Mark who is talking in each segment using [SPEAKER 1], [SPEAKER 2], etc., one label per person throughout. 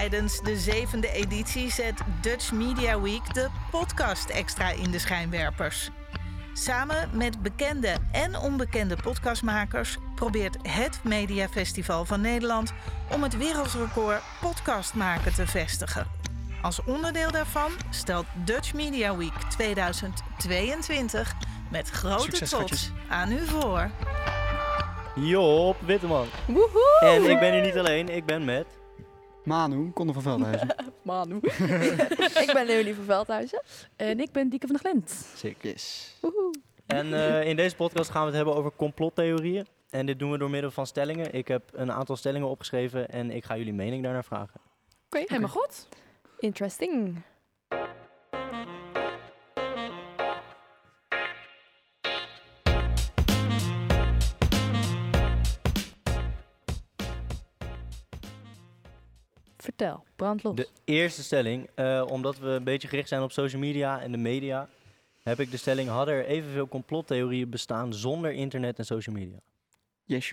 [SPEAKER 1] Tijdens de 7e editie zet Dutch Media Week de podcast extra in de schijnwerpers. Samen met bekende en onbekende podcastmakers probeert het Mediafestival van Nederland om het wereldrecord podcast maken te vestigen. Als onderdeel daarvan stelt Dutch Media Week 2022 met grote
[SPEAKER 2] Succes,
[SPEAKER 1] trots
[SPEAKER 2] schatjes.
[SPEAKER 1] aan u voor.
[SPEAKER 3] Joop Witteman.
[SPEAKER 4] Woehoe!
[SPEAKER 3] En ik ben hier niet alleen, ik ben met...
[SPEAKER 2] Manu, Conor van Veldhuizen.
[SPEAKER 4] Manu. Ik ben Leonie van Veldhuizen.
[SPEAKER 5] En ik ben Dieke van der Glent.
[SPEAKER 3] Sick.
[SPEAKER 2] Yes.
[SPEAKER 4] Woehoe.
[SPEAKER 3] En in deze podcast gaan we het hebben over complottheorieën. En dit doen we door middel van stellingen. Ik heb een aantal stellingen opgeschreven en ik ga jullie mening daarnaar vragen.
[SPEAKER 5] Oké, helemaal goed.
[SPEAKER 4] Interesting.
[SPEAKER 5] Vertel, brand los.
[SPEAKER 3] De eerste stelling, omdat we een beetje gericht zijn op social media en de media, heb ik de stelling: hadden er evenveel complottheorieën bestaan zonder internet en social media?
[SPEAKER 2] Yes.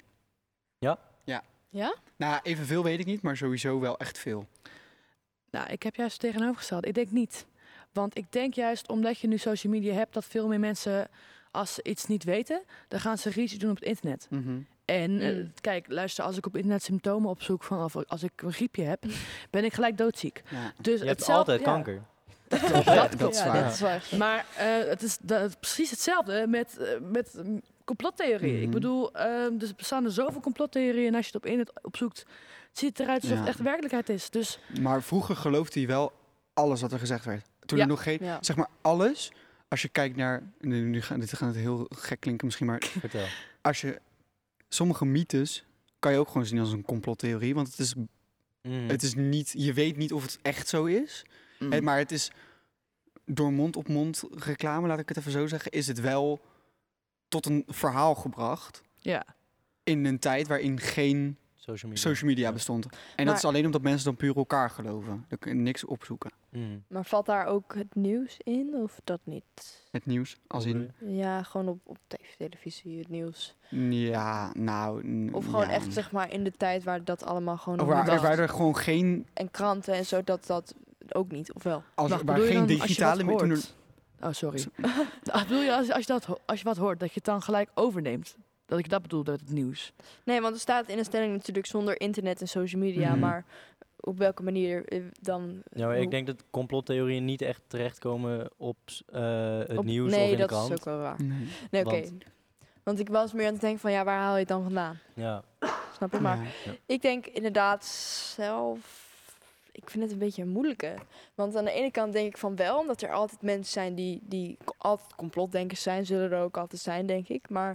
[SPEAKER 5] Ja?
[SPEAKER 2] Nou, evenveel weet ik niet, maar sowieso wel echt veel.
[SPEAKER 5] Nou, ik heb juist tegenovergesteld. Ik denk niet. Want ik denk juist omdat je nu social media hebt, dat veel meer mensen, als ze iets niet weten, dan gaan ze research doen op het internet. En kijk, luister, als ik op internet symptomen opzoek van of als ik een griepje heb, ben ik gelijk doodziek.
[SPEAKER 2] Ja.
[SPEAKER 5] Dus
[SPEAKER 3] Je hebt
[SPEAKER 5] hetzelfde-
[SPEAKER 3] altijd
[SPEAKER 5] ja.
[SPEAKER 3] kanker.
[SPEAKER 2] Dat is
[SPEAKER 4] Ja,
[SPEAKER 2] waar.
[SPEAKER 4] dat is waar.
[SPEAKER 5] Maar het is precies hetzelfde met complottheorieën.
[SPEAKER 2] Mhm.
[SPEAKER 5] Ik bedoel, er bestaan er zoveel complottheorieën en als je het op internet opzoekt, ziet het eruit alsof
[SPEAKER 2] Ja.
[SPEAKER 5] het echt werkelijkheid is. Dus
[SPEAKER 2] Maar vroeger geloofde hij wel alles wat er gezegd werd. Toen
[SPEAKER 5] Ja.
[SPEAKER 2] er nog geen,
[SPEAKER 4] Ja.
[SPEAKER 2] zeg maar alles, als je kijkt naar, dit gaat heel gek klinken misschien, maar
[SPEAKER 3] Vertel.
[SPEAKER 2] als je, sommige mythes kan je ook gewoon zien als een complottheorie, want het is niet, je weet niet of het echt zo is, maar het is door mond-op-mond reclame, laat ik het even zo zeggen, is het wel tot een verhaal gebracht
[SPEAKER 5] ja.
[SPEAKER 2] in een tijd waarin geen
[SPEAKER 3] Social media.
[SPEAKER 2] social media
[SPEAKER 3] Ja.
[SPEAKER 2] bestond. En dat
[SPEAKER 4] Maar-
[SPEAKER 2] is alleen omdat mensen dan puur elkaar geloven. Dan kun je niks opzoeken.
[SPEAKER 3] Mm.
[SPEAKER 4] Maar valt daar ook het nieuws in of dat niet?
[SPEAKER 2] Het nieuws, als
[SPEAKER 3] Hoe
[SPEAKER 2] in...
[SPEAKER 3] bedoel
[SPEAKER 4] Ja, gewoon op televisie, het nieuws.
[SPEAKER 2] Ja, nou...
[SPEAKER 4] Of gewoon
[SPEAKER 2] ja.
[SPEAKER 4] echt, zeg maar, in de tijd waar dat allemaal gewoon...
[SPEAKER 2] Of
[SPEAKER 4] nog
[SPEAKER 2] waar,
[SPEAKER 4] niet was.
[SPEAKER 2] waar er gewoon geen...
[SPEAKER 4] En kranten en zo, dat ook niet, of wel?
[SPEAKER 2] Als,
[SPEAKER 5] Wacht,
[SPEAKER 2] waar
[SPEAKER 5] bedoel je
[SPEAKER 2] geen
[SPEAKER 5] dan als je
[SPEAKER 2] digitale...
[SPEAKER 5] wat
[SPEAKER 2] toen er-
[SPEAKER 5] hoort? Oh, sorry. Bedoel je als je wat hoort, dat je het dan gelijk overneemt? Dat ik dat bedoelde met het nieuws.
[SPEAKER 4] Nee, want er staat in de stelling natuurlijk zonder internet en social media,
[SPEAKER 2] Mhm.
[SPEAKER 4] maar op welke manier dan...
[SPEAKER 3] Ja, maar ik denk dat complottheorieën niet echt terechtkomen op het nieuws
[SPEAKER 4] nee,
[SPEAKER 3] of in de
[SPEAKER 4] dat
[SPEAKER 3] krant.
[SPEAKER 4] is ook wel waar.
[SPEAKER 2] Nee.
[SPEAKER 4] Nee, oké.
[SPEAKER 3] Want-
[SPEAKER 4] Want ik was meer aan het denken van, ja, waar haal je het dan vandaan?
[SPEAKER 3] Ja.
[SPEAKER 4] Snap je? Maar
[SPEAKER 2] Ja.
[SPEAKER 4] ik denk inderdaad zelf... Ik vind het een beetje een moeilijke. Want aan de ene kant denk ik van wel, omdat er altijd mensen zijn die altijd complotdenkers zijn, zullen er ook altijd zijn, denk ik. Maar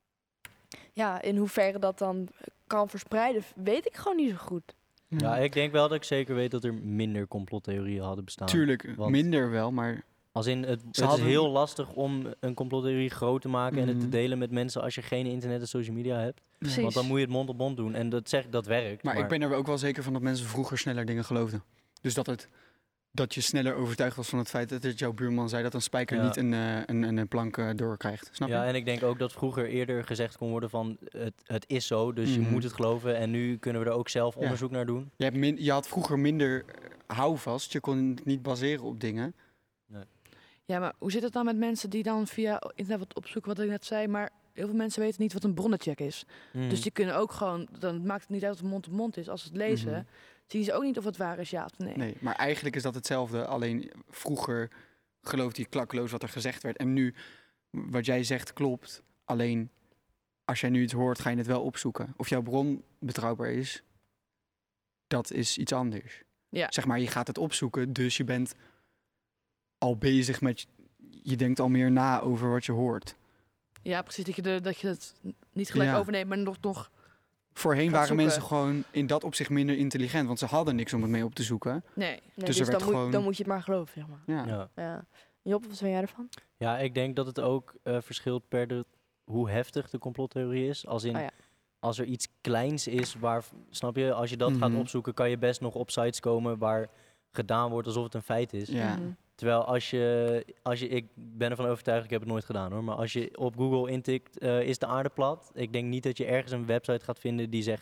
[SPEAKER 4] ja, in hoeverre dat dan kan verspreiden, weet ik gewoon niet zo goed.
[SPEAKER 3] Ja, ik denk wel dat ik zeker weet dat er minder complottheorieën hadden bestaan.
[SPEAKER 2] Tuurlijk,
[SPEAKER 3] Want-
[SPEAKER 2] minder wel, maar...
[SPEAKER 3] Als in, het is
[SPEAKER 2] hadden-
[SPEAKER 3] heel lastig om een complottheorie groot te maken en het te
[SPEAKER 2] Mhm.
[SPEAKER 3] delen met mensen als je geen internet en social media hebt.
[SPEAKER 4] Precies.
[SPEAKER 3] Want dan moet je het mond op mond doen. En dat werkt.
[SPEAKER 2] Maar ik ben er ook wel zeker van dat mensen vroeger sneller dingen geloofden. Dus dat je sneller overtuigd was van het feit dat het jouw buurman zei dat een spijker
[SPEAKER 3] Ja.
[SPEAKER 2] niet een plank doorkrijgt. Snap je?
[SPEAKER 3] Ja, en ik denk ook dat vroeger eerder gezegd kon worden van het is zo, dus je
[SPEAKER 2] Mhm.
[SPEAKER 3] moet het geloven. En nu kunnen we er ook zelf
[SPEAKER 2] Ja.
[SPEAKER 3] onderzoek naar doen.
[SPEAKER 2] Je had vroeger minder houvast. Je kon het niet baseren op dingen.
[SPEAKER 5] Ja, maar hoe zit het dan met mensen die dan via internet wat opzoeken, wat ik net zei, maar heel veel mensen weten niet wat een bronnencheck is.
[SPEAKER 3] Mhm.
[SPEAKER 5] Dus die kunnen ook gewoon, dan maakt het niet uit of het mond op mond is. Als ze het lezen,
[SPEAKER 2] Mhm.
[SPEAKER 5] zien ze ook niet of het waar is, ja of nee.
[SPEAKER 2] Nee, maar eigenlijk is dat hetzelfde. Alleen vroeger geloofde je klakkeloos wat er gezegd werd. En nu, wat jij zegt, klopt. Alleen, als jij nu iets hoort, ga je het wel opzoeken. Of jouw bron betrouwbaar is, dat is iets anders.
[SPEAKER 5] Ja.
[SPEAKER 2] Zeg maar, je gaat het opzoeken, dus je bent al bezig met... Je denkt al meer na over wat je hoort.
[SPEAKER 5] Ja, precies, dat je het niet gelijk
[SPEAKER 2] Ja.
[SPEAKER 5] overneemt, maar nog
[SPEAKER 2] Voorheen
[SPEAKER 5] Gaat
[SPEAKER 2] waren
[SPEAKER 5] zoeken.
[SPEAKER 2] mensen gewoon in dat opzicht minder intelligent. Want ze hadden niks om het mee op te zoeken.
[SPEAKER 5] nee.
[SPEAKER 4] Nee,
[SPEAKER 2] Dus
[SPEAKER 4] dus
[SPEAKER 2] er werd
[SPEAKER 4] dan, moet,
[SPEAKER 2] gewoon-
[SPEAKER 4] dan moet je het maar geloven, zeg maar.
[SPEAKER 2] Ja.
[SPEAKER 3] Ja.
[SPEAKER 4] Ja. Job, wat vind jij ervan?
[SPEAKER 3] Ja, ik denk dat het ook verschilt per hoe heftig de complottheorie is. Als in,
[SPEAKER 4] Oh ja.
[SPEAKER 3] als er iets kleins is waar, snap je, als je dat gaat
[SPEAKER 2] Mhm.
[SPEAKER 3] opzoeken, kan je best nog op sites komen waar gedaan wordt alsof het een feit is.
[SPEAKER 2] Ja.
[SPEAKER 4] Mhm.
[SPEAKER 3] Terwijl ik ben ervan overtuigd, ik heb het nooit gedaan hoor, maar als je op Google intikt, is de aarde plat? Ik denk niet dat je ergens een website gaat vinden die zegt,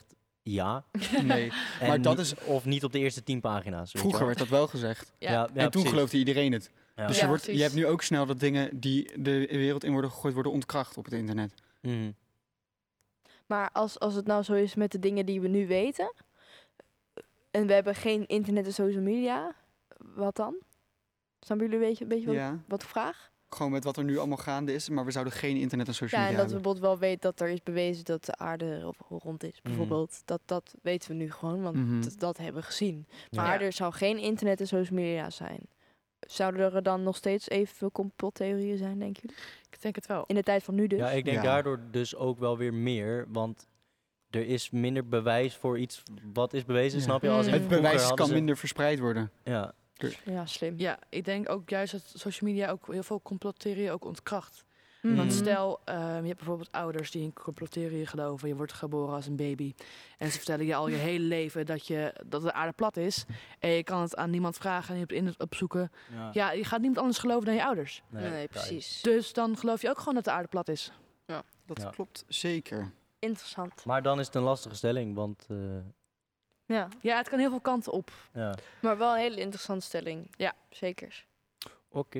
[SPEAKER 3] ja.
[SPEAKER 2] Nee, maar dat is...
[SPEAKER 3] Of niet op de eerste 10 pagina's.
[SPEAKER 2] Vroeger werd dat wel gezegd.
[SPEAKER 3] Ja,
[SPEAKER 2] En toen
[SPEAKER 3] precies.
[SPEAKER 2] geloofde iedereen het.
[SPEAKER 3] Ja.
[SPEAKER 2] Dus
[SPEAKER 5] Ja,
[SPEAKER 2] je hebt nu ook snel dat dingen die de wereld in worden gegooid, worden ontkracht op het internet.
[SPEAKER 3] Mhm.
[SPEAKER 4] Maar als het nou zo is met de dingen die we nu weten, en we hebben geen internet en social media, wat dan? Snappen jullie een beetje
[SPEAKER 2] Ja,
[SPEAKER 4] wat de vraag?
[SPEAKER 2] gewoon met wat er nu allemaal gaande is, maar we zouden geen internet en social
[SPEAKER 4] Ja, en
[SPEAKER 2] media
[SPEAKER 4] dat we
[SPEAKER 2] hebben.
[SPEAKER 4] bijvoorbeeld wel weten dat er is bewezen dat de aarde rond is, bijvoorbeeld. Dat weten we nu gewoon, want
[SPEAKER 2] Mhm.
[SPEAKER 4] dat hebben we gezien.
[SPEAKER 3] Ja.
[SPEAKER 4] Maar er zou geen internet en social media zijn. Zouden er dan nog steeds evenveel complottheorieën zijn, denken jullie?
[SPEAKER 5] Ik denk het wel.
[SPEAKER 4] In de tijd van nu dus?
[SPEAKER 3] Ja, ik denk
[SPEAKER 2] Ja.
[SPEAKER 3] daardoor dus ook wel weer meer, want er is minder bewijs voor iets wat is bewezen,
[SPEAKER 2] Ja.
[SPEAKER 3] snap je? Als in
[SPEAKER 4] Het
[SPEAKER 2] Het
[SPEAKER 3] vroeger
[SPEAKER 2] bewijs
[SPEAKER 3] hadden
[SPEAKER 2] kan
[SPEAKER 3] ze-
[SPEAKER 2] minder verspreid worden.
[SPEAKER 3] Ja,
[SPEAKER 4] Ja, slim.
[SPEAKER 5] Ja, ik denk ook juist dat social media ook heel veel complottheorieën ook ontkracht.
[SPEAKER 4] Mhm.
[SPEAKER 5] Want stel, je hebt bijvoorbeeld ouders die in complottheorieën geloven. Je wordt geboren als een baby. En ze vertellen je al je hele leven dat de aarde plat is. En je kan het aan niemand vragen en je op het internet opzoeken. Ja, je gaat niemand anders geloven dan je ouders.
[SPEAKER 4] Nee, precies.
[SPEAKER 5] Dus dan geloof je ook gewoon dat de aarde plat is.
[SPEAKER 2] Dat
[SPEAKER 3] Ja.
[SPEAKER 2] klopt zeker.
[SPEAKER 4] Interessant.
[SPEAKER 3] Maar dan is het een lastige stelling, want
[SPEAKER 4] Ja,
[SPEAKER 5] Ja, het kan heel veel kanten op.
[SPEAKER 3] ja,
[SPEAKER 4] maar wel een hele interessante stelling.
[SPEAKER 5] Ja.
[SPEAKER 4] Zeker.
[SPEAKER 3] oké.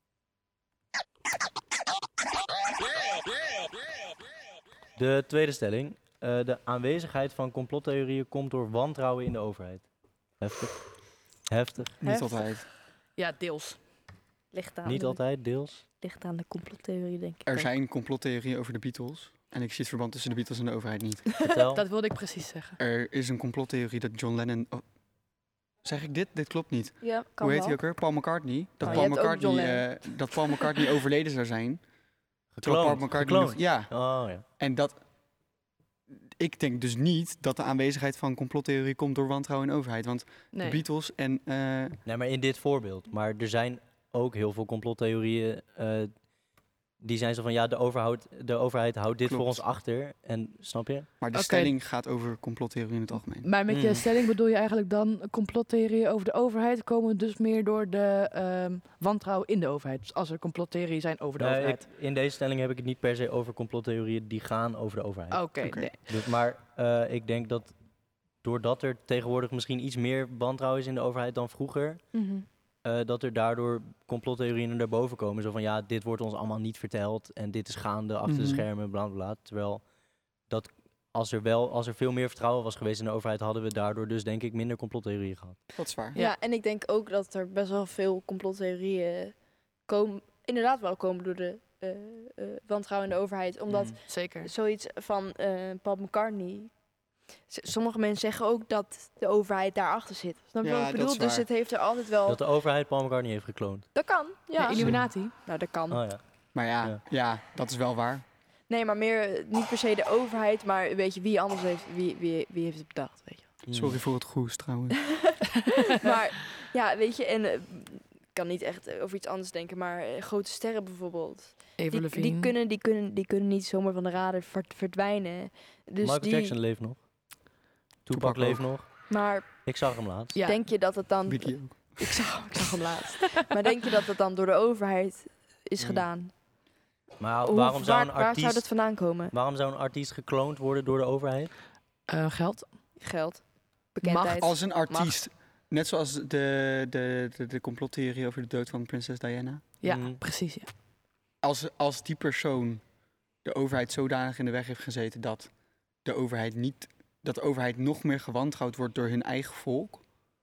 [SPEAKER 3] De tweede stelling. De aanwezigheid van complottheorieën komt door wantrouwen in de overheid. Heftig. Heftig.
[SPEAKER 2] Niet
[SPEAKER 4] Heftig.
[SPEAKER 2] altijd.
[SPEAKER 5] Ja, deels.
[SPEAKER 4] Ligt aan,
[SPEAKER 3] Niet altijd, deels.
[SPEAKER 4] ligt aan de complottheorie, denk ik.
[SPEAKER 2] Er
[SPEAKER 4] ook.
[SPEAKER 2] zijn complottheorieën over de Beatles. En ik zie het verband tussen de Beatles en de overheid niet.
[SPEAKER 3] Vertel.
[SPEAKER 5] Dat wilde ik precies zeggen.
[SPEAKER 2] Er is een complottheorie dat John Lennon... Oh, zeg ik dit? Dit klopt niet.
[SPEAKER 4] Ja, kan
[SPEAKER 2] Hoe heet
[SPEAKER 4] wel.
[SPEAKER 2] hij ook weer? Paul McCartney. Dat,
[SPEAKER 4] Oh,
[SPEAKER 2] Paul
[SPEAKER 4] je hebt ook John
[SPEAKER 2] McCartney dat Paul McCartney overleden zou zijn. Terwijl Paul
[SPEAKER 3] Gekloond.
[SPEAKER 2] McCartney nog...
[SPEAKER 3] Gekloond.
[SPEAKER 2] Ja,
[SPEAKER 3] Oh ja.
[SPEAKER 2] en dat... Ik denk dus niet dat de aanwezigheid van complottheorie komt door wantrouwen in de overheid. Want
[SPEAKER 5] Nee.
[SPEAKER 2] de Beatles en...
[SPEAKER 3] Nee, maar in dit voorbeeld. Maar er zijn ook heel veel complottheorieën. Die zijn zo van, ja, de overheid houdt dit
[SPEAKER 2] Klopt.
[SPEAKER 3] voor ons achter. En, snap je?
[SPEAKER 2] maar de
[SPEAKER 5] Oké.
[SPEAKER 2] stelling gaat over complottheorie in het algemeen.
[SPEAKER 5] Maar met je
[SPEAKER 3] Hmm.
[SPEAKER 5] stelling bedoel je eigenlijk dan complottheorieën over de overheid komen dus meer door de wantrouwen in de overheid. Dus als er complottheorieën zijn over de
[SPEAKER 3] Nee,
[SPEAKER 5] overheid.
[SPEAKER 3] in deze stelling heb ik het niet per se over complottheorieën die gaan over de overheid.
[SPEAKER 5] Oké,
[SPEAKER 2] Oké.
[SPEAKER 5] nee.
[SPEAKER 3] Dus, maar ik denk dat doordat er tegenwoordig misschien iets meer wantrouwen is in de overheid dan vroeger,
[SPEAKER 4] Mhm.
[SPEAKER 3] dat er daardoor complottheorieën naar boven komen. Zo van, ja, dit wordt ons allemaal niet verteld en dit is gaande achter de
[SPEAKER 2] Mhm.
[SPEAKER 3] schermen, bla bla bla. Terwijl dat als er veel meer vertrouwen was geweest in de overheid, hadden we daardoor dus denk ik minder complottheorieën gehad.
[SPEAKER 2] Dat is waar.
[SPEAKER 4] Ja, en ik denk ook dat er best wel veel complottheorieën inderdaad wel komen door de wantrouwen in de overheid. Omdat
[SPEAKER 3] Mm.
[SPEAKER 5] Zeker.
[SPEAKER 4] zoiets van Paul McCartney... Sommige mensen zeggen ook dat de overheid daarachter zit. Snap je
[SPEAKER 2] Ja,
[SPEAKER 4] wat ik
[SPEAKER 2] dat
[SPEAKER 4] bedoel?
[SPEAKER 2] is
[SPEAKER 4] Dus
[SPEAKER 2] waar.
[SPEAKER 4] het heeft er altijd wel...
[SPEAKER 3] Dat de overheid Paul McCartney heeft gekloond.
[SPEAKER 4] Dat kan, ja.
[SPEAKER 5] De Illuminati.
[SPEAKER 4] Nou, dat kan.
[SPEAKER 3] Oh ja.
[SPEAKER 2] Maar ja,
[SPEAKER 3] Ja.
[SPEAKER 2] ja, dat is wel waar.
[SPEAKER 4] Nee, maar meer niet per se de overheid, maar weet je, wie anders heeft, wie heeft het bedacht, weet je.
[SPEAKER 3] Mm.
[SPEAKER 2] Sorry voor het goes trouwens.
[SPEAKER 4] Maar ja, weet je, en ik kan niet echt over iets anders denken, maar grote sterren bijvoorbeeld.
[SPEAKER 5] Avril Lavigne.
[SPEAKER 4] Die kunnen niet zomaar van de radar verdwijnen. Dus
[SPEAKER 3] Michael Jackson leeft nog. Tupac
[SPEAKER 2] Tupac
[SPEAKER 3] leeft
[SPEAKER 2] ook.
[SPEAKER 3] nog.
[SPEAKER 4] Maar
[SPEAKER 3] Ik zag hem laatst.
[SPEAKER 5] Ja.
[SPEAKER 4] denk je dat het dan...
[SPEAKER 2] Biggie ook.
[SPEAKER 4] Ik zag hem laatst. Maar denk je dat het dan door de overheid is
[SPEAKER 3] Mm.
[SPEAKER 4] gedaan?
[SPEAKER 3] Maar
[SPEAKER 4] Hoe-
[SPEAKER 3] waarom zou een
[SPEAKER 4] waar zou
[SPEAKER 3] artiest...
[SPEAKER 4] dat vandaan komen?
[SPEAKER 3] Waarom zou een artiest gekloond worden door de overheid?
[SPEAKER 5] Geld.
[SPEAKER 4] Geld, bekendheid.
[SPEAKER 2] Als een artiest, net zoals de complottheorie over de dood van prinses Diana.
[SPEAKER 5] Ja,
[SPEAKER 3] Mm.
[SPEAKER 5] precies. Ja.
[SPEAKER 2] Als die persoon de overheid zodanig in de weg heeft gezeten dat de overheid nog meer gewantrouwd wordt door hun eigen volk.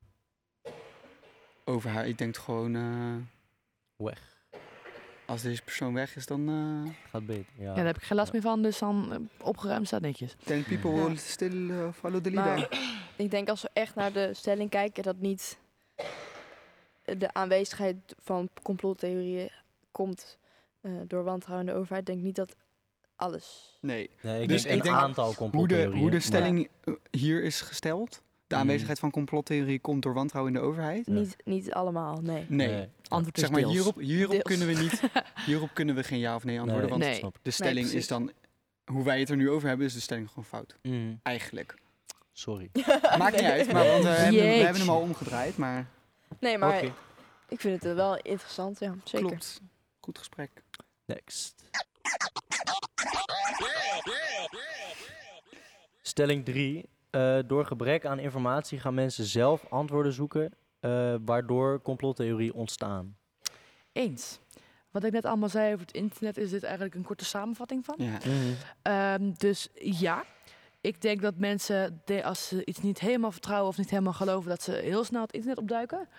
[SPEAKER 2] Ik denk gewoon,
[SPEAKER 3] Weg.
[SPEAKER 2] als deze persoon weg is, dan
[SPEAKER 3] Gaat beter. Ja.
[SPEAKER 5] Ja, daar heb ik geen last meer van, dus dan opgeruimd staat netjes.
[SPEAKER 2] then people
[SPEAKER 4] Ja.
[SPEAKER 2] will still follow the leader.
[SPEAKER 4] Maar ik denk als we echt naar de stelling kijken, dat niet de aanwezigheid van complottheorieën komt door wantrouwen in de overheid. Denk niet dat alles.
[SPEAKER 2] Nee.
[SPEAKER 3] Nee, ik
[SPEAKER 2] Dus
[SPEAKER 3] denk
[SPEAKER 2] ik
[SPEAKER 3] een
[SPEAKER 2] denk
[SPEAKER 3] aantal
[SPEAKER 2] Hoe
[SPEAKER 3] complottheorieën.
[SPEAKER 2] de stelling hier is gesteld, de
[SPEAKER 3] Mm.
[SPEAKER 2] aanwezigheid van complottheorie komt door wantrouwen in de overheid.
[SPEAKER 3] Ja.
[SPEAKER 4] Niet allemaal, nee.
[SPEAKER 2] Nee.
[SPEAKER 5] Antwoord is
[SPEAKER 2] Zeg maar,
[SPEAKER 5] deels.
[SPEAKER 2] hierop
[SPEAKER 4] Deels.
[SPEAKER 2] kunnen we niet. Hierop kunnen we geen ja of nee antwoorden. Want
[SPEAKER 5] Nee.
[SPEAKER 3] snap ik.
[SPEAKER 2] de stelling
[SPEAKER 4] precies.
[SPEAKER 2] is dan. Hoe wij het er nu over hebben, is de stelling gewoon fout.
[SPEAKER 3] Mm.
[SPEAKER 2] Eigenlijk.
[SPEAKER 3] Sorry.
[SPEAKER 2] Maakt niet uit, maar want, we hebben hem
[SPEAKER 5] Jeetje.
[SPEAKER 2] al omgedraaid. Maar
[SPEAKER 4] Nee, maar
[SPEAKER 3] Oké.
[SPEAKER 4] ik vind het wel interessant, ja, zeker.
[SPEAKER 2] klopt. Goed gesprek.
[SPEAKER 3] Next. Stelling 3. door gebrek aan informatie gaan mensen zelf antwoorden zoeken, waardoor complottheorieën ontstaan.
[SPEAKER 5] Eens. Wat ik net allemaal zei over het internet, is dit eigenlijk een korte samenvatting van.
[SPEAKER 2] Ja.
[SPEAKER 5] Dus ja, ik denk dat mensen, als ze iets niet helemaal vertrouwen of niet helemaal geloven, dat ze heel snel het internet opduiken.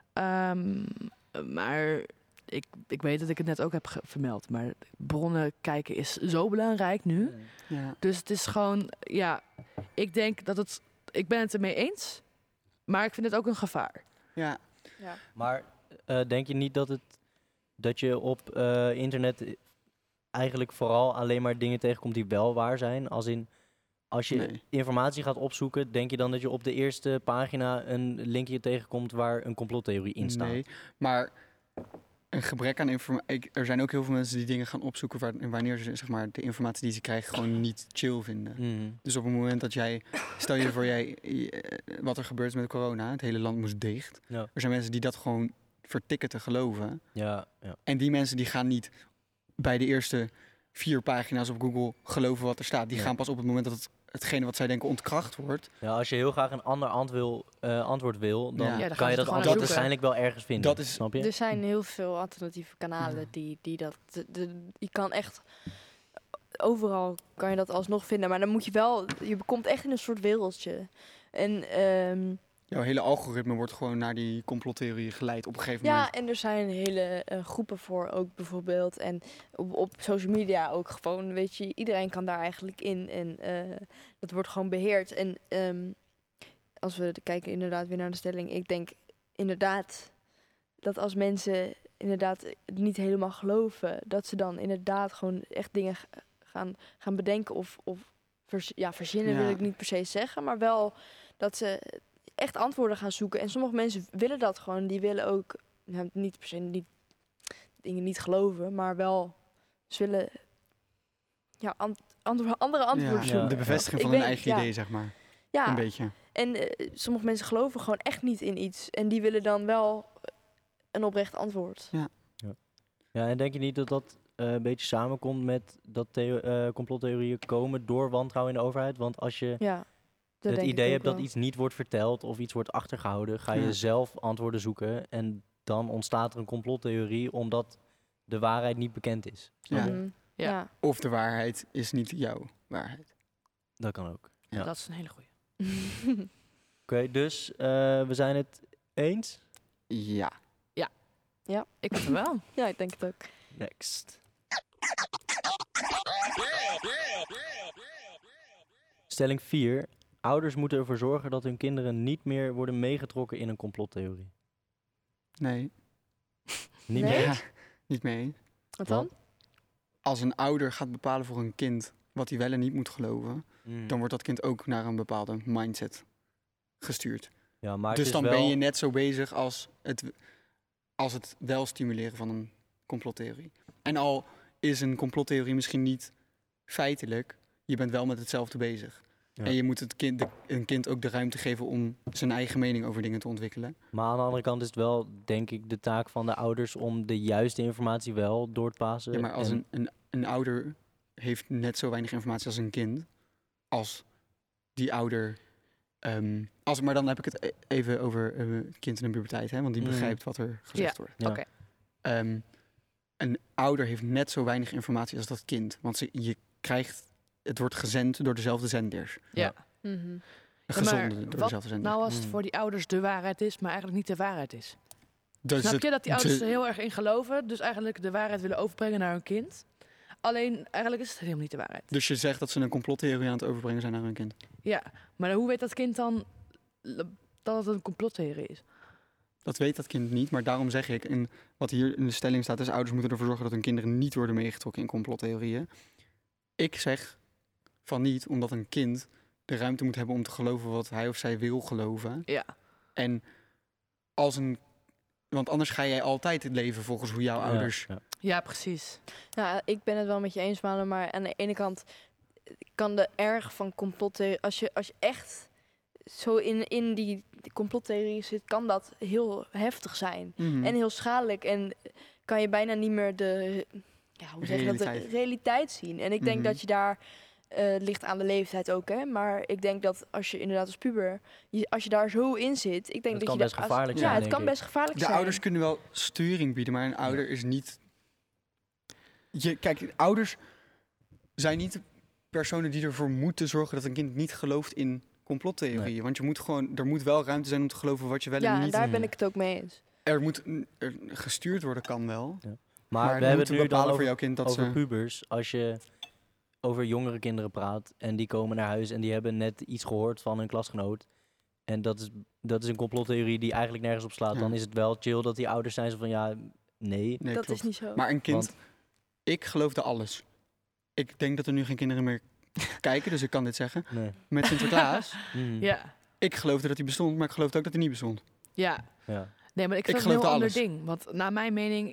[SPEAKER 5] Maar ik weet dat ik het net ook heb vermeld. Maar bronnen kijken is zo belangrijk nu.
[SPEAKER 2] Ja.
[SPEAKER 5] Dus het is gewoon, ja, ik denk dat ik ben het ermee eens. Maar ik vind het ook een gevaar.
[SPEAKER 2] Ja.
[SPEAKER 3] Maar denk je niet dat je op internet eigenlijk vooral alleen maar dingen tegenkomt die wel waar zijn? Als je informatie gaat opzoeken, denk je dan dat je op de eerste pagina een linkje tegenkomt waar een complottheorie in staat?
[SPEAKER 2] Nee, maar een gebrek aan informatie. Er zijn ook heel veel mensen die dingen gaan opzoeken wanneer ze zeg maar, de informatie die ze krijgen gewoon niet chill vinden. Dus op het moment dat stel je voor wat er gebeurt met corona, het hele land moest dicht.
[SPEAKER 3] Ja.
[SPEAKER 2] Er zijn mensen die dat gewoon vertikken te geloven.
[SPEAKER 3] Ja.
[SPEAKER 2] En die mensen die gaan niet bij de eerste 4 pagina's op Google geloven wat er staat. Die gaan pas op het moment dat hetgene wat zij denken ontkracht wordt.
[SPEAKER 3] Ja, als je heel graag een ander antwoord wil, dan
[SPEAKER 5] dan
[SPEAKER 3] kan je dat antwoord waarschijnlijk wel ergens vinden. Snap je?
[SPEAKER 4] Er zijn heel veel alternatieve kanalen die dat... Je kan echt... Overal kan je dat alsnog vinden. Maar dan moet je komt echt in een soort wereldje. En...
[SPEAKER 2] Jouw hele algoritme wordt gewoon naar die complottheorieën geleid op een gegeven moment.
[SPEAKER 4] Ja, en er zijn hele groepen voor ook bijvoorbeeld. En op social media ook gewoon, weet je, iedereen kan daar eigenlijk in. En dat wordt gewoon beheerd. En als we kijken inderdaad weer naar de stelling. Ik denk inderdaad dat als mensen inderdaad het niet helemaal geloven, dat ze dan inderdaad gewoon echt dingen gaan bedenken of verzinnen wil ik niet per se zeggen. Maar wel dat ze echt antwoorden gaan zoeken. En sommige mensen willen dat gewoon. Die willen ook niet per se dingen niet geloven, maar wel ze willen andere antwoorden zoeken.
[SPEAKER 2] De bevestiging van hun eigen idee, zeg maar.
[SPEAKER 4] Ja.
[SPEAKER 2] Een beetje.
[SPEAKER 4] En sommige mensen geloven gewoon echt niet in iets. En die willen dan wel een oprecht antwoord.
[SPEAKER 3] Ja, en denk je niet dat een beetje samenkomt met dat complottheorieën komen door wantrouwen in de overheid? Want als je het idee hebt dat iets niet wordt verteld of iets wordt achtergehouden, ga je zelf antwoorden zoeken en dan ontstaat er een complottheorie omdat de waarheid niet bekend is.
[SPEAKER 4] Ja.
[SPEAKER 2] Of de waarheid is niet jouw waarheid.
[SPEAKER 3] Dat kan ook.
[SPEAKER 5] Ja. Dat is een hele goeie.
[SPEAKER 3] Oké, dus we zijn het eens?
[SPEAKER 2] Ja.
[SPEAKER 5] Ik vind het wel.
[SPEAKER 4] Ja, ik denk het ook.
[SPEAKER 3] Next. Stelling 4. Ouders moeten ervoor zorgen dat hun kinderen niet meer worden meegetrokken in een complottheorie.
[SPEAKER 2] Nee.
[SPEAKER 3] Niet
[SPEAKER 4] Nee?
[SPEAKER 3] meer?
[SPEAKER 2] Ja, niet mee.
[SPEAKER 4] Wat dan?
[SPEAKER 2] Als een ouder gaat bepalen voor een kind wat hij wel en niet moet geloven, dan wordt dat kind ook naar een bepaalde mindset gestuurd.
[SPEAKER 3] Ja, maar
[SPEAKER 2] dus
[SPEAKER 3] het
[SPEAKER 2] dan
[SPEAKER 3] is wel...
[SPEAKER 2] ben je net zo bezig als het wel stimuleren van een complottheorie. En al is een complottheorie misschien niet feitelijk, je bent wel met hetzelfde bezig. Ja. En je moet een kind ook de ruimte geven om zijn eigen mening over dingen te ontwikkelen.
[SPEAKER 3] Maar aan de andere kant is het wel, denk ik, de taak van de ouders om de juiste informatie wel door te passen.
[SPEAKER 2] Ja, maar als een ouder heeft net zo weinig informatie als een kind, als die ouder... maar dan heb ik het even over het kind in de puberteit, hè, want die begrijpt wat er gezegd wordt.
[SPEAKER 3] Ja.
[SPEAKER 4] Oké.
[SPEAKER 2] Een ouder heeft net zo weinig informatie als dat kind, want het wordt gezend door dezelfde zenders.
[SPEAKER 5] Ja.
[SPEAKER 2] Gezonden door dezelfde zenders.
[SPEAKER 5] Nou als het voor die ouders de waarheid is, maar eigenlijk niet de waarheid is.
[SPEAKER 2] Dus
[SPEAKER 5] snap je dat die ouders er heel erg in geloven, dus eigenlijk de waarheid willen overbrengen naar hun kind? Alleen, eigenlijk is het helemaal niet de waarheid.
[SPEAKER 2] Dus je zegt dat ze een complottheorie aan het overbrengen zijn naar hun kind?
[SPEAKER 5] Ja, maar hoe weet dat kind dan dat het een complottheorie is?
[SPEAKER 2] Dat weet dat kind niet, maar daarom zeg ik, en wat hier in de stelling staat, is ouders moeten ervoor zorgen dat hun kinderen niet worden meegetrokken in complottheorieën. Ik zeg van niet, omdat een kind de ruimte moet hebben om te geloven wat hij of zij wil geloven.
[SPEAKER 5] Ja.
[SPEAKER 2] En want anders ga jij altijd het leven volgens hoe jouw ouders...
[SPEAKER 5] Ja, precies.
[SPEAKER 4] Ja, ik ben het wel met je eens, Malen, maar aan de ene kant kan de erg van complottheorie... Als je echt zo in die complottheorie zit, kan dat heel heftig zijn. En heel schadelijk. En kan je bijna niet meer de realiteit zien. En ik denk dat je daar ligt aan de leeftijd ook, hè. Maar ik denk dat als je inderdaad als puber, als je daar zo in zit, ik denk
[SPEAKER 3] het
[SPEAKER 4] dat
[SPEAKER 3] kan
[SPEAKER 4] je
[SPEAKER 3] best gevaarlijk zijn.
[SPEAKER 4] Ja, het kan best gevaarlijk zijn.
[SPEAKER 2] De ouders kunnen wel sturing bieden, maar een ouder is niet. Kijk, ouders zijn niet de personen die ervoor moeten zorgen dat een kind niet gelooft in complottheorieën. Nee. Want er moet wel ruimte zijn om te geloven wat je wel en niet.
[SPEAKER 4] Ja, daar ben ik het ook mee eens.
[SPEAKER 2] Er gestuurd worden kan wel.
[SPEAKER 3] Ja. Maar we hebben het nu dan over,
[SPEAKER 2] voor jouw kind dat
[SPEAKER 3] over pubers. Als je over jongere kinderen praat en die komen naar huis en die hebben net iets gehoord van hun klasgenoot. En dat is een complottheorie die eigenlijk nergens op slaat. Ja. Dan is het wel chill dat die ouders zijn zo van nee.
[SPEAKER 4] Dat klopt. Is niet zo.
[SPEAKER 2] Maar een kind, ik geloofde alles. Ik denk dat er nu geen kinderen meer kijken, dus ik kan dit zeggen. Nee. Met Sinterklaas.
[SPEAKER 5] Ja.
[SPEAKER 2] Ik geloofde dat hij bestond, maar ik geloofde ook dat hij niet bestond.
[SPEAKER 5] Ja. Nee, maar ik vind het een heel ander ding. Want naar mijn mening,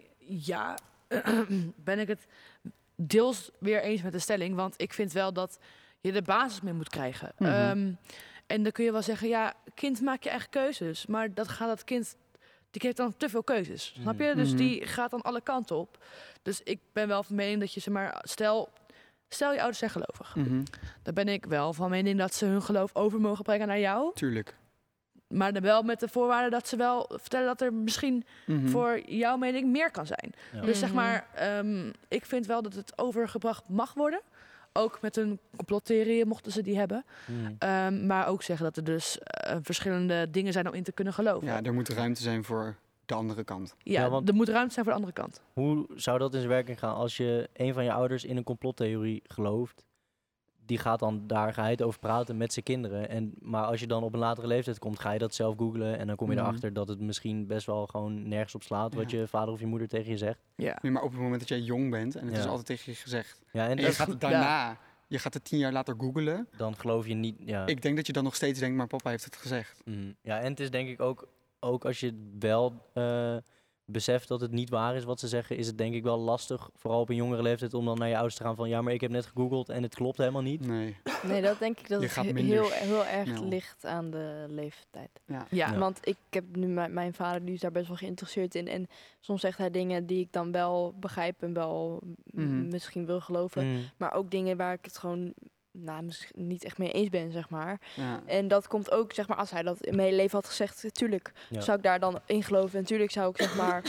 [SPEAKER 5] ben ik het deels weer eens met de stelling. Want ik vind wel dat je de basis mee moet krijgen. En dan kun je wel zeggen, kind, maak je eigen keuzes. Maar dat kind, die heeft dan te veel keuzes. Snap je? Dus die gaat dan alle kanten op. Dus ik ben wel van mening dat je, stel je ouders zijn gelovig. Dan ben ik wel van mening dat ze hun geloof over mogen brengen naar jou.
[SPEAKER 2] Tuurlijk.
[SPEAKER 5] Maar dan wel met de voorwaarde dat ze wel vertellen dat er misschien voor jouw mening meer kan zijn. Ja. Dus zeg maar, ik vind wel dat het overgebracht mag worden. Ook met hun complottheorieën, mochten ze die hebben. Maar ook zeggen dat er dus verschillende dingen zijn om in te kunnen geloven.
[SPEAKER 2] Ja, er moet ruimte zijn voor de andere kant.
[SPEAKER 5] Ja, want er moet ruimte zijn voor de andere kant.
[SPEAKER 3] Hoe zou dat in zijn werking gaan als je een van je ouders in een complottheorie gelooft? Die gaat dan daar geheid over praten met zijn kinderen. Maar als je dan op een latere leeftijd komt, ga je dat zelf googlen. En dan kom je erachter dat het misschien best wel gewoon nergens op slaat wat je vader of je moeder tegen je zegt.
[SPEAKER 2] Ja. Nee, maar op het moment dat jij jong bent en het is altijd tegen je gezegd. Ja, en je gaat het daarna, je gaat het 10 jaar later googlen.
[SPEAKER 3] Dan geloof je niet. Ja.
[SPEAKER 2] Ik denk dat je dan nog steeds denkt, maar papa heeft het gezegd.
[SPEAKER 3] Ja, en het is denk ik ook als je wel beseft dat het niet waar is wat ze zeggen, is het denk ik wel lastig, vooral op een jongere leeftijd, om dan naar je ouders te gaan van maar ik heb net gegoogeld en het klopt helemaal niet.
[SPEAKER 4] Nee, dat denk ik dat het heel erg ligt aan de leeftijd. Ja. Want ik heb nu mijn vader, die is daar best wel geïnteresseerd in en soms zegt hij dingen die ik dan wel begrijp en wel misschien wil geloven, maar ook dingen waar ik het gewoon misschien niet echt mee eens ben, zeg maar. Ja. En dat komt ook, zeg maar, als hij dat in mijn hele leven had gezegd, tuurlijk zou ik daar dan in geloven. En tuurlijk zou ik, zeg maar,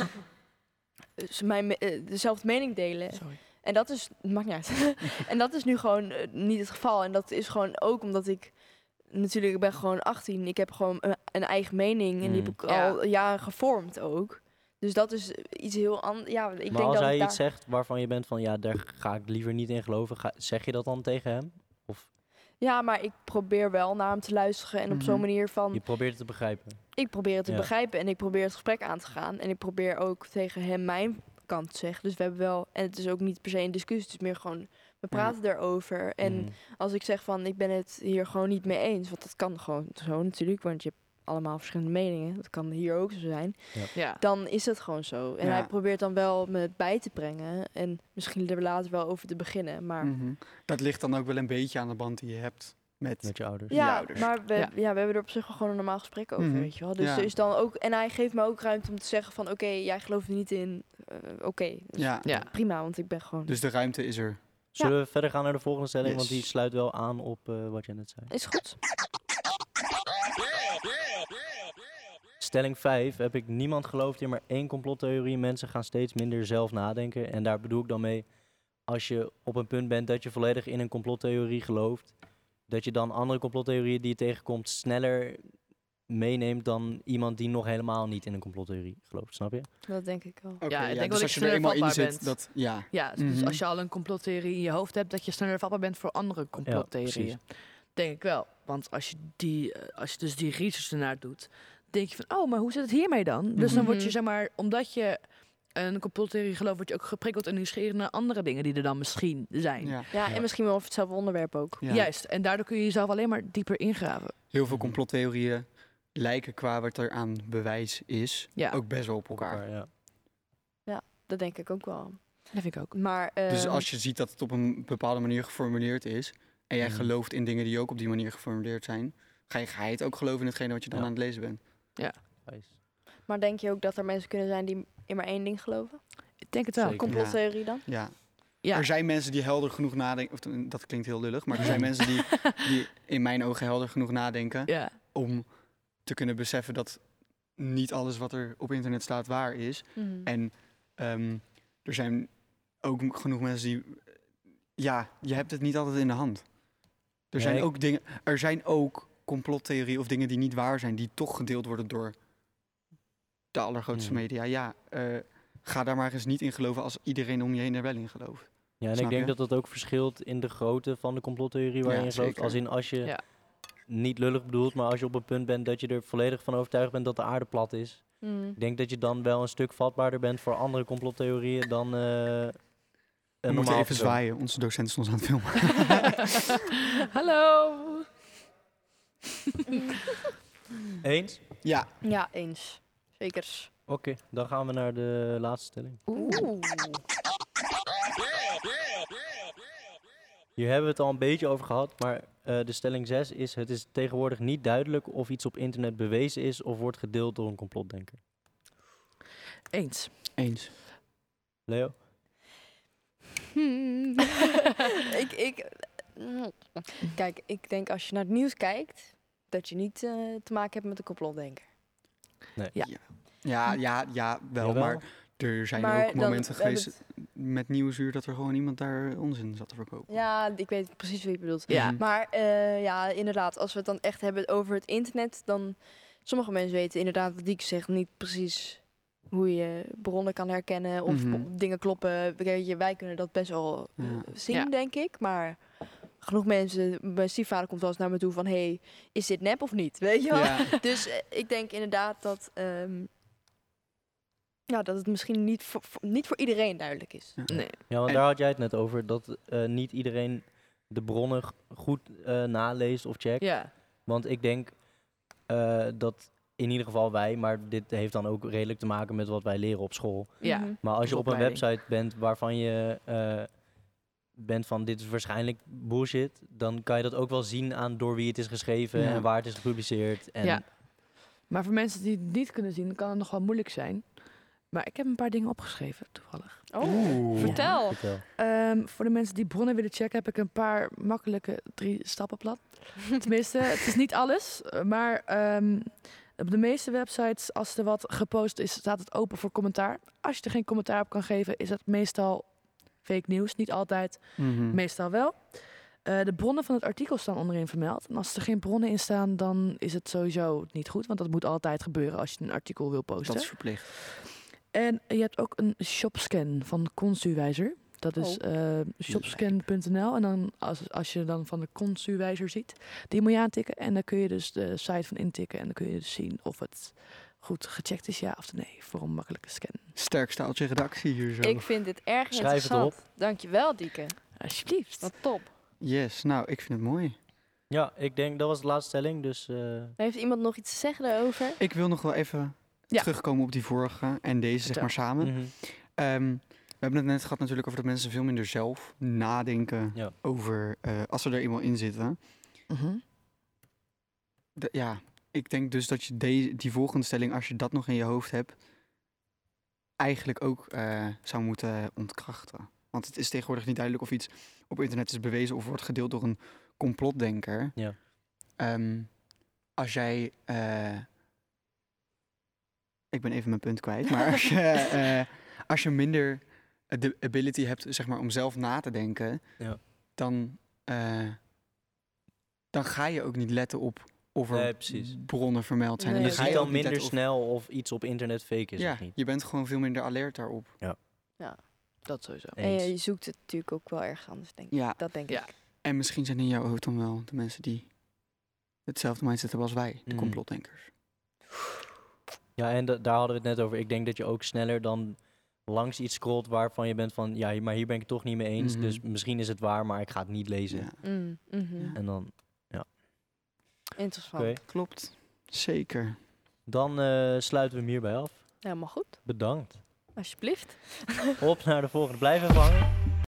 [SPEAKER 4] dezelfde mening delen. Sorry. En dat is, maakt niet uit. En dat is nu gewoon niet het geval. En dat is gewoon ook omdat ik ben gewoon 18. Ik heb gewoon een eigen mening. En die heb ik al jaren gevormd ook. Dus dat is iets heel anders. Ja, ik
[SPEAKER 3] maar
[SPEAKER 4] denk
[SPEAKER 3] als
[SPEAKER 4] dat
[SPEAKER 3] hij iets zegt waarvan je bent van daar ga ik liever niet in geloven, zeg je dat dan tegen hem? Of?
[SPEAKER 4] Ja, maar ik probeer wel naar hem te luisteren en op zo'n manier van...
[SPEAKER 3] Je probeert het te begrijpen.
[SPEAKER 4] Ik probeer het te begrijpen en ik probeer het gesprek aan te gaan. En ik probeer ook tegen hem mijn kant te zeggen. Dus we hebben wel... En het is ook niet per se een discussie, het is meer gewoon... We praten erover. En als ik zeg van, ik ben het hier gewoon niet mee eens. Want dat kan gewoon zo natuurlijk, want je hebt allemaal verschillende meningen. Dat kan hier ook zo zijn. Ja. Dan is het gewoon zo. En hij probeert dan wel me het bij te brengen. En misschien er later wel over te beginnen. Maar
[SPEAKER 2] dat ligt dan ook wel een beetje aan de band die je hebt met
[SPEAKER 3] je ouders.
[SPEAKER 4] Ja, maar we hebben er op zich wel gewoon een normaal gesprek over, weet je wel. Dus er is dan ook... En hij geeft me ook ruimte om te zeggen van... Oké, jij gelooft er niet in. Dus prima, want ik ben gewoon...
[SPEAKER 2] Dus de ruimte is er.
[SPEAKER 3] Zullen we verder gaan naar de volgende stelling? Want die sluit wel aan op wat je net zei.
[SPEAKER 4] Is goed.
[SPEAKER 3] Stelling 5 heb ik niemand gelooft in maar 1 complottheorie. Mensen gaan steeds minder zelf nadenken. En daar bedoel ik dan mee, als je op een punt bent dat je volledig in een complottheorie gelooft, dat je dan andere complottheorieën die je tegenkomt sneller meeneemt dan iemand die nog helemaal niet in een complottheorie gelooft. Snap je?
[SPEAKER 4] Dat denk ik wel.
[SPEAKER 5] Okay, ik denk dus dat je er eenmaal in zit, dus als je al een complottheorie in je hoofd hebt, dat je sneller vatbaar bent voor andere complottheorieën. Denk ik wel. Want als je dus die research ernaar doet, denk je van, maar hoe zit het hiermee dan? Dus dan word je, zeg maar, omdat je een complottheorie gelooft, word je ook geprikkeld en nieuwsgierig naar andere dingen die er dan misschien zijn.
[SPEAKER 4] Ja, en misschien wel over hetzelfde onderwerp ook.
[SPEAKER 5] Ja. Juist, en daardoor kun je jezelf alleen maar dieper ingraven.
[SPEAKER 2] Heel veel complottheorieën lijken qua wat er aan bewijs is, ook best wel op elkaar.
[SPEAKER 4] Ja, dat denk ik ook wel.
[SPEAKER 5] Dat vind ik ook.
[SPEAKER 4] Maar,
[SPEAKER 2] dus als je ziet dat het op een bepaalde manier geformuleerd is, en jij gelooft in dingen die ook op die manier geformuleerd zijn, ga je het ook geloven in hetgene wat je dan aan het lezen bent.
[SPEAKER 5] Ja.
[SPEAKER 4] Maar denk je ook dat er mensen kunnen zijn die in maar 1 ding geloven?
[SPEAKER 5] Ik denk het wel.
[SPEAKER 4] Complottheorie dan?
[SPEAKER 2] Ja. Er zijn mensen die helder genoeg nadenken. Of, dat klinkt heel lullig, maar er zijn mensen die in mijn ogen helder genoeg nadenken om te kunnen beseffen dat niet alles wat er op internet staat waar is. En er zijn ook genoeg mensen die... Ja, je hebt het niet altijd in de hand. Er zijn ook complottheorieën of dingen die niet waar zijn, die toch gedeeld worden door de allergrootste media. Ja, ga daar maar eens niet in geloven als iedereen om je heen er wel in gelooft.
[SPEAKER 3] Ja, en ik denk dat dat ook verschilt in de grootte van de complottheorie waar je in gelooft. Als in als je niet lullig bedoelt, maar als je op een punt bent dat je er volledig van overtuigd bent dat de aarde plat is. Ik denk dat je dan wel een stuk vatbaarder bent voor andere complottheorieën dan
[SPEAKER 2] we moeten even zwaaien. Onze docent is ons aan het filmen.
[SPEAKER 5] Hallo!
[SPEAKER 3] Eens?
[SPEAKER 2] Ja.
[SPEAKER 4] Ja, eens. Zekers.
[SPEAKER 3] Oké, dan gaan we naar de laatste stelling. Hier hebben we het al een beetje over gehad, maar de stelling 6 is: het is tegenwoordig niet duidelijk of iets op internet bewezen is of wordt gedeeld door een complotdenker.
[SPEAKER 2] Eens.
[SPEAKER 3] Leo?
[SPEAKER 4] Kijk, ik denk als je naar het nieuws kijkt, dat je niet te maken hebt met een complotdenker.
[SPEAKER 3] Nee.
[SPEAKER 2] Ja, wel, maar er zijn ook momenten geweest met Nieuwsuur dat er gewoon iemand daar onzin zat te verkopen.
[SPEAKER 4] Ja, ik weet precies wat je bedoelt.
[SPEAKER 5] Ja.
[SPEAKER 4] Maar inderdaad, als we het dan echt hebben over het internet, dan sommige mensen weten inderdaad wat Dieke zegt niet precies hoe je bronnen kan herkennen of dingen kloppen. Wij kunnen dat best wel zien, denk ik. Maar genoeg mensen, mijn stiefvader komt wel eens naar me toe van, hey, is dit nep of niet? Weet je wel? Ja. Dus ik denk inderdaad dat dat het misschien niet voor iedereen duidelijk is.
[SPEAKER 5] Nee.
[SPEAKER 3] Ja, want daar had jij het net over, dat niet iedereen de bronnen goed naleest of checkt.
[SPEAKER 5] Ja.
[SPEAKER 3] Want ik denk dat in ieder geval wij, maar dit heeft dan ook redelijk te maken met wat wij leren op school.
[SPEAKER 5] Ja.
[SPEAKER 3] Maar als je op een website bent waarvan je bent van dit is waarschijnlijk bullshit, dan kan je dat ook wel zien aan door wie het is geschreven en waar het is gepubliceerd. En
[SPEAKER 5] ja. Maar voor mensen die het niet kunnen zien, kan het nog wel moeilijk zijn. Maar ik heb een paar dingen opgeschreven, toevallig.
[SPEAKER 4] Vertel.
[SPEAKER 5] Voor de mensen die bronnen willen checken, heb ik een paar makkelijke 3-stappenplan. Tenminste, het is niet alles, maar op de meeste websites, als er wat gepost is, staat het open voor commentaar. Als je er geen commentaar op kan geven, is het meestal fake nieuws. Niet altijd, meestal wel. De bronnen van het artikel staan onderin vermeld. En als er geen bronnen in staan, dan is het sowieso niet goed. Want dat moet altijd gebeuren als je een artikel wil posten.
[SPEAKER 2] Dat is verplicht.
[SPEAKER 5] En je hebt ook een shopscan van Consuwijzer. Dat is shopscan.nl. En dan als je dan van de Consuwijzer ziet, die moet je aantikken. En dan kun je dus de site van intikken. En dan kun je dus zien of het goed gecheckt is, ja of nee, voor een makkelijke scan.
[SPEAKER 2] Sterk staaltje redactie hier zo.
[SPEAKER 4] Ik vind dit erg interessant.
[SPEAKER 3] Schrijf het op.
[SPEAKER 4] Dankjewel, Dieke.
[SPEAKER 5] Alsjeblieft.
[SPEAKER 4] Wat top.
[SPEAKER 2] Yes, nou, ik vind het mooi.
[SPEAKER 3] Ja, ik denk dat was de laatste stelling, dus...
[SPEAKER 4] Heeft iemand nog iets te zeggen daarover?
[SPEAKER 2] Ik wil nog wel even terugkomen op die vorige en deze, zeg maar, samen. We hebben het net gehad natuurlijk over dat mensen veel minder zelf nadenken over als ze er eenmaal in zitten. Ik denk dus dat je die volgende stelling, als je dat nog in je hoofd hebt, eigenlijk ook zou moeten ontkrachten. Want het is tegenwoordig niet duidelijk of iets op internet is bewezen of wordt gedeeld door een complotdenker.
[SPEAKER 3] Ja.
[SPEAKER 2] Als jij... ik ben even mijn punt kwijt, maar als je minder de ability hebt, zeg maar, om zelf na te denken, dan ga je ook niet letten op of er bronnen vermeld zijn.
[SPEAKER 3] Nee.
[SPEAKER 2] En
[SPEAKER 3] je ziet dan minder snel of iets op internet fake is of niet.
[SPEAKER 2] Je bent gewoon veel minder alert daarop.
[SPEAKER 5] Ja, dat sowieso.
[SPEAKER 4] En je zoekt het natuurlijk ook wel erg anders, denk ik. Dat denk ik.
[SPEAKER 2] En misschien zijn in jouw hoofd dan wel de mensen die hetzelfde mindset hebben als wij, de complotdenkers.
[SPEAKER 3] Ja, en daar hadden we het net over. Ik denk dat je ook sneller dan langs iets scrolt waarvan je bent van, ja, maar hier ben ik het toch niet mee eens. Dus misschien is het waar, maar ik ga het niet lezen.
[SPEAKER 2] Ja.
[SPEAKER 3] En dan,
[SPEAKER 4] Interessant.
[SPEAKER 3] Okay.
[SPEAKER 2] Klopt. Zeker.
[SPEAKER 3] Dan sluiten we hem hierbij af.
[SPEAKER 4] Helemaal goed.
[SPEAKER 3] Bedankt.
[SPEAKER 4] Alsjeblieft.
[SPEAKER 3] Op naar de volgende. Blijf even hangen.